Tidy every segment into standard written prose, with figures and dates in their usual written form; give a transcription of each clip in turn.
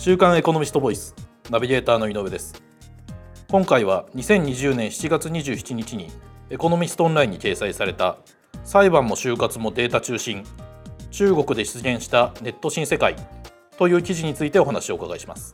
週刊エコノミストボイスナビゲーターの井上です。今回は2020年7月27日にエコノミストオンラインに掲載された裁判も就活もデータ中心、中国で出現したネット新世界という記事についてお話をお伺いします。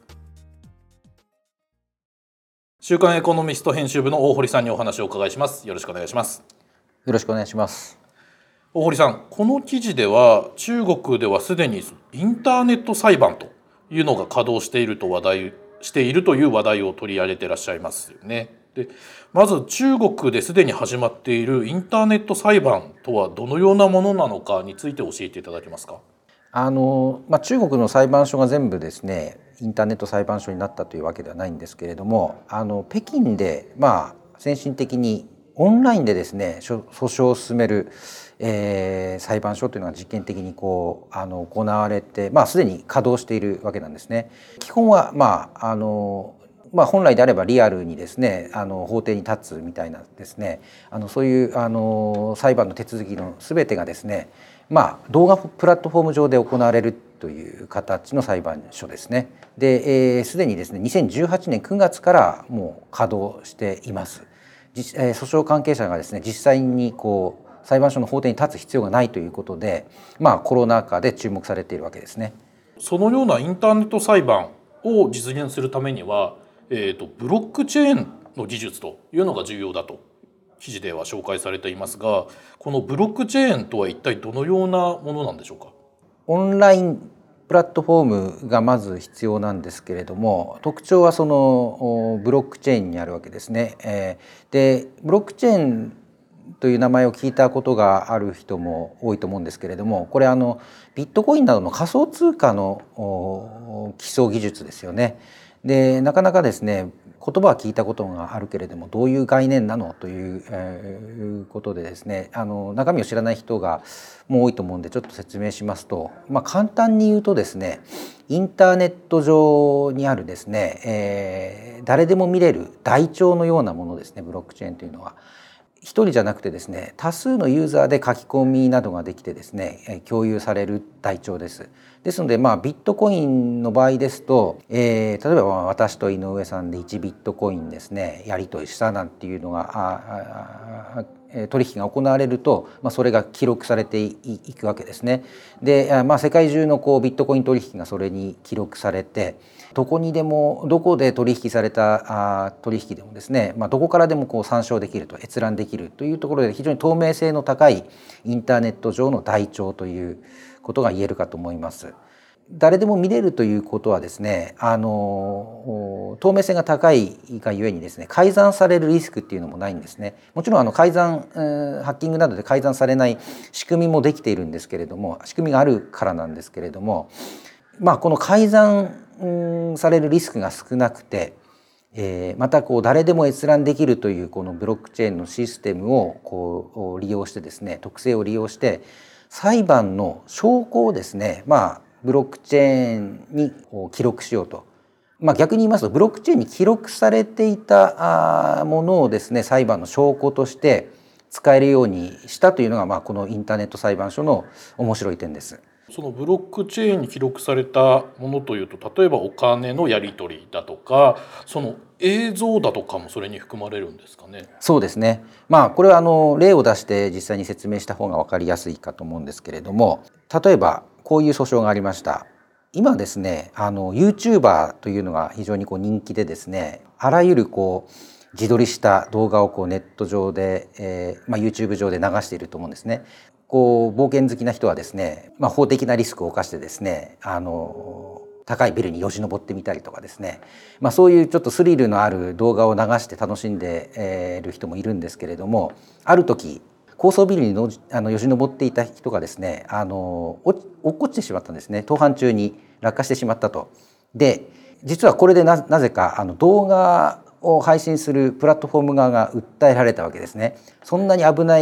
週刊エコノミスト編集部の大堀さんにお話をお伺いします。よろしくお願いします。 よろしくお願いします。 大堀さん、この記事では中国ではすでにインターネット裁判というのが稼働しているという話題を取り上げていらっしゃいますよね。で、まず中国ですでに始まっているインターネット裁判とはどのようなものなのかについて教えていただけますか。 中国の裁判所が全部ですねインターネット裁判所になったというわけではないんですけれども、北京で先進的にオンラインでですね訴訟を進める、裁判所というのが実験的に行われて、すでに稼働しているわけなんですね。基本は本来であればリアルにですね法廷に立つみたいなですねそういう裁判の手続きの全てがですね動画プラットフォーム上で行われるという形の裁判所ですね。で、すでにですね2018年9月からもう稼働しています。訴訟関係者がですね実際に裁判所の法廷に立つ必要がないということで、コロナ禍で注目されているわけですね。 そのようなインターネット裁判を実現するためには、ブロックチェーンの技術というのが重要だと記事では紹介されていますが、このブロックチェーンとは一体どのようなものなんでしょうか。 オンラインプラットフォームがまず必要なんですけれども、特徴はそのブロックチェーンにあるわけですね。でブロックチェーンという名前を聞いたことがある人も多いと思うんですけれども、これビットコインなどの仮想通貨の基礎技術ですよね。でなかなかですね言葉は聞いたことがあるけれどもどういう概念なのということでですね中身を知らない人がもう多いと思うんでちょっと説明しますと、簡単に言うとですねインターネット上にあるですね、誰でも見れる台帳のようなものですね。ブロックチェーンというのは一人じゃなくてですね多数のユーザーで書き込みなどができてですね共有される台帳です。ですのでビットコインの場合ですと、例えば私と井上さんで1ビットコインですねやり取りしたなんていうのが取引が行われると、それが記録されていくわけですね。で、世界中のビットコイン取引がそれに記録されてどこで取引された取引でもですね、どこからでも参照できると閲覧できるというところで非常に透明性の高いインターネット上の台帳ということが言えるかと思います。誰でも見れるということはですね透明性が高いがゆえにですね改ざんされるリスクっていうのもないんですね。もちろんハッキングなどで改ざんされない仕組みもできているんですけれども、仕組みがあるからなんですけれども、この改ざんされるリスクが少なくて、また誰でも閲覧できるというこのブロックチェーンのシステムを利用してですね特性を利用して裁判の証拠をですねブロックチェーンに記録しようと。逆に言いますとブロックチェーンに記録されていたものをですね裁判の証拠として使えるようにしたというのがこのインターネット裁判所の面白い点です。 そのブロックチェーンに記録されたものというと、例えばお金のやり取りだとかその映像だとかもそれに含まれるんですかね。 そうですね。これは例を出して実際に説明した方が分かりやすいかと思うんですけれども、例えばこういう訴訟がありました。今ですねYouTuber というのが非常に人気でですねあらゆる自撮りした動画をネット上で、YouTube 上で流していると思うんですね。冒険好きな人はですね、法的なリスクを冒してですね高いビルによじ登ってみたりとかですね、そういうちょっとスリルのある動画を流して楽しんでいる人もいるんですけれども、ある時高層ビルによじ登っていた人がですね落っこちてしまったんですね。登攀中に落下してしまったと。で実はこれでなぜか動画を配信するプラットフォーム側が訴えられたわけですね。そんなに危ない、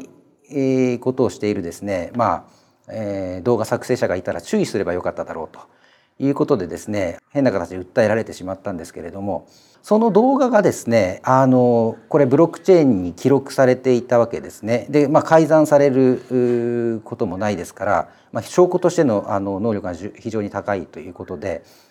ことをしているですね、動画作成者がいたら注意すればよかっただろうということでですね変な形で訴えられてしまったんですけれども、その動画がですねこれブロックチェーンに記録されていたわけですね。で、改ざんされることもないですから、証拠としての能力が非常に高いということで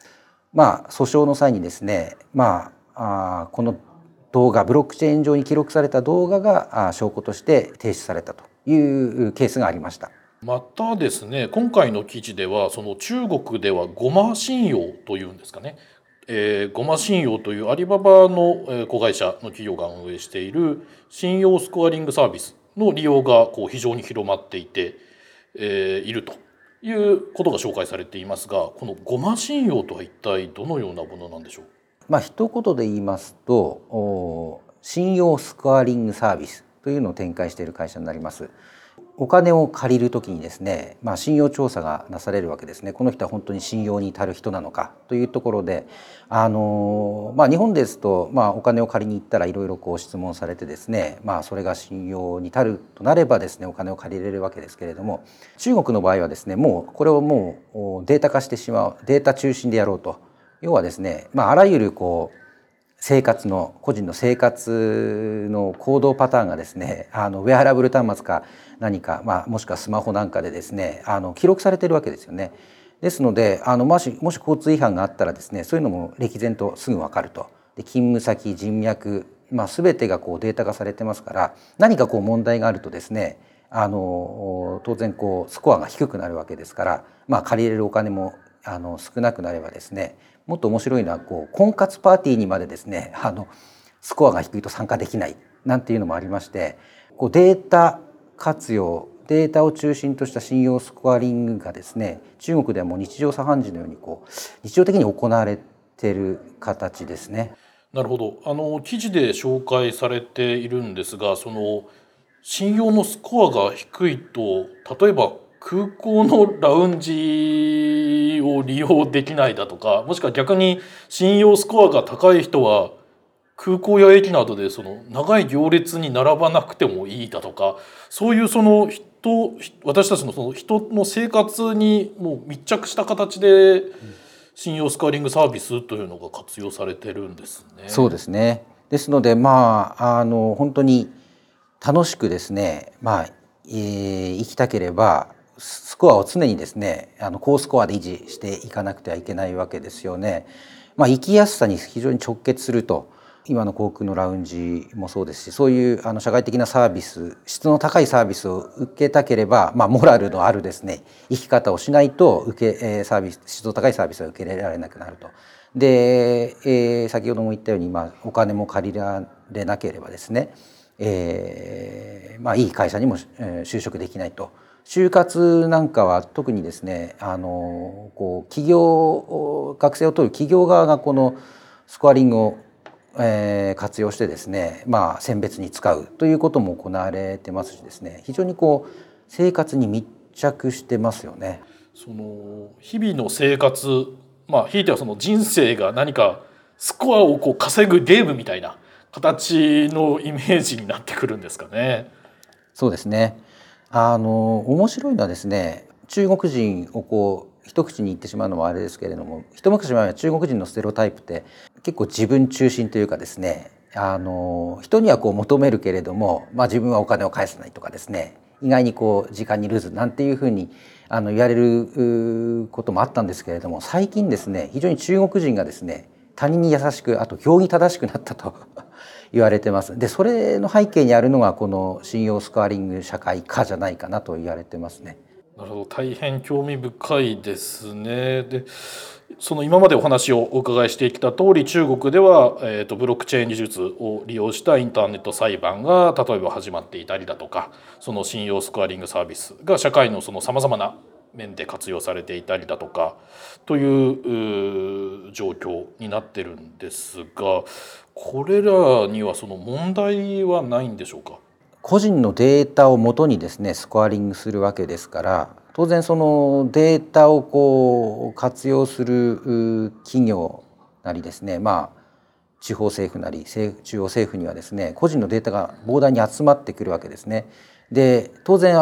訴訟の際にですね、この動画ブロックチェーン上に記録された動画が証拠として提出されたというケースがありました。 またですね、今回の記事ではその中国ではゴマ信用というんですかね、ゴマ信用というアリババの子会社の企業が運営している信用スコアリングサービスの利用が非常に広まっていて、いるということが紹介されていますが、このゴマ信用とは一体どのようなものなんでしょう。 一言で言いますと、信用スコアリングサービスというのを展開している会社になります。お金を借りるときにですね、信用調査がなされるわけですね。この人は本当に信用に足る人なのかというところで、日本ですと、お金を借りに行ったらいろいろ質問されてですね、それが信用に足るとなればですね、お金を借りれるわけですけれども、中国の場合はですね、もうこれをもうデータ化してしまう、データ中心でやろうと。要はですね、あらゆる生活の個人の生活の行動パターンがですね、ウェアラブル端末か何か、もしくはスマホなんかでですね、記録されているわけですよね。ですのでもし交通違反があったらですね、そういうのも歴然とすぐ分かると。で、勤務先、人脈、全てがデータ化されてますから、何か問題があるとですね、当然スコアが低くなるわけですから、借りれるお金も少なくなればですね、もっと面白いのは婚活パーティーにまでですね、スコアが低いと参加できないなんていうのもありまして、データ活用、データを中心とした信用スコアリングがですね、中国ではもう日常茶飯事のように日常的に行われている形ですね。 なるほど。記事で紹介されているんですが、その信用のスコアが低いと、例えば空港のラウンジを利用できないだとか、もしくは逆に信用スコアが高い人は空港や駅などでその長い行列に並ばなくてもいいだとか、そういう私たちのその人の生活にもう密着した形で信用スコアリングサービスというのが活用されてるんですね。 そうですね。ですので本当に楽しくですね、生きたければスコアを常にですね、高スコアで維持していかなくてはいけないわけですよね。生きやすさに非常に直結すると。今の航空のラウンジもそうですし、そういう社会的なサービス、質の高いサービスを受けたければ、モラルのあるですね、生き方をしないと質の高いサービスは受け入れられなくなると。で、先ほども言ったように、お金も借りられなければですね、いい会社にも就職できないと。就活なんかは特にですね、学生を取る企業側がこのスコアリングを活用してですね、選別に使うということも行われてますしですね、非常に生活に密着してますよね。 その日々の生活、ひいてはその人生が何かスコアを稼ぐゲームみたいな形のイメージになってくるんですかね。 そうですね。面白いのはですね、中国人を一口に言ってしまうのもあれですけれども、一昔前は中国人のステレオタイプって結構自分中心というかですね、人には求めるけれども、自分はお金を返さないとかですね、意外に時間にルーズなんていうふうに言われることもあったんですけれども、最近ですね、非常に中国人がですね、他人に優しく、あと行儀正しくなったと言われてます。で、それの背景にあるのがこの信用スコアリング社会化じゃないかなと言われてますね。 なるほど、大変興味深いですね。で、その今までお話をお伺いしてきた通り、中国では、ブロックチェーン技術を利用したインターネット裁判が例えば始まっていたりだとか、その信用スコアリングサービスが社会のそのさまざまな面で活用されていたりだとかという状況になってるんですが、これらにはその問題はないんでしょうか。 個人のデータをもとにですね、スコアリングするわけですから、当然そのデータを活用する企業なりですね、地方政府なり中央政府にはですね、個人のデータが膨大に集まってくるわけですね。で、当然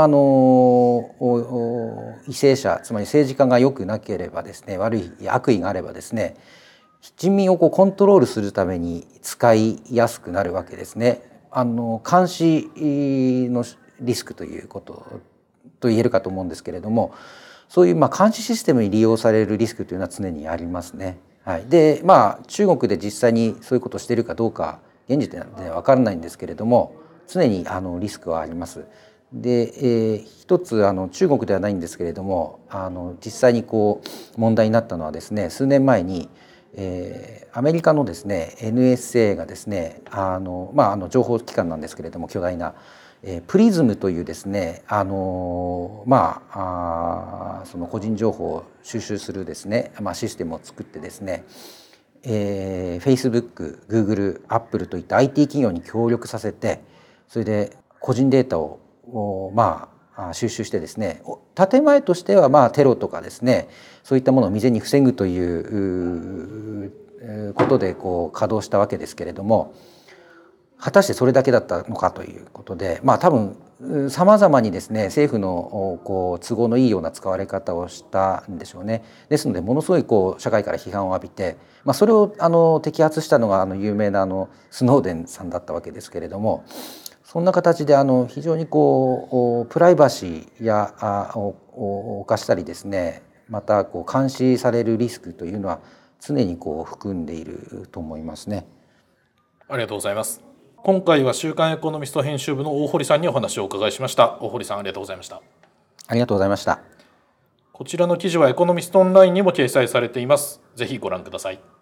為政者、つまり政治家が良くなければですね、悪い悪意があればですね、人民をコントロールするために使いやすくなるわけですね。監視のリスクということと言えるかと思うんですけれども、そういう監視システムに利用されるリスクというのは常にありますね。 はい、で中国で実際にそういうことをしているかどうか現時点では分からないんですけれども、常にリスクはあります。で、一つ中国ではないんですけれども実際に問題になったのはですね、数年前に、アメリカのですね NSA がですね情報機関なんですけれども巨大な、プリズムというですねその個人情報を収集するですね、システムを作ってですね、Facebook、Google、Apple といった IT 企業に協力させて、それで個人データを収集してですね、建前としてはテロとかですね、そういったものを未然に防ぐということで稼働したわけですけれども、果たしてそれだけだったのかということで、多分さまざまにですね政府の都合のいいような使われ方をしたんでしょうね。ですのでものすごい社会から批判を浴びて、それを摘発したのが有名なスノーデンさんだったわけですけれども、そんな形で非常にプライバシーやを侵したりですね、また監視されるリスクというのは常に含んでいると思いますね。 ありがとうございます。今回は週刊エコノミスト編集部の大堀さんにお話をお伺いしました。大堀さん、ありがとうございました。 ありがとうございました。 こちらの記事はエコノミストオンラインにも掲載されています。ぜひご覧ください。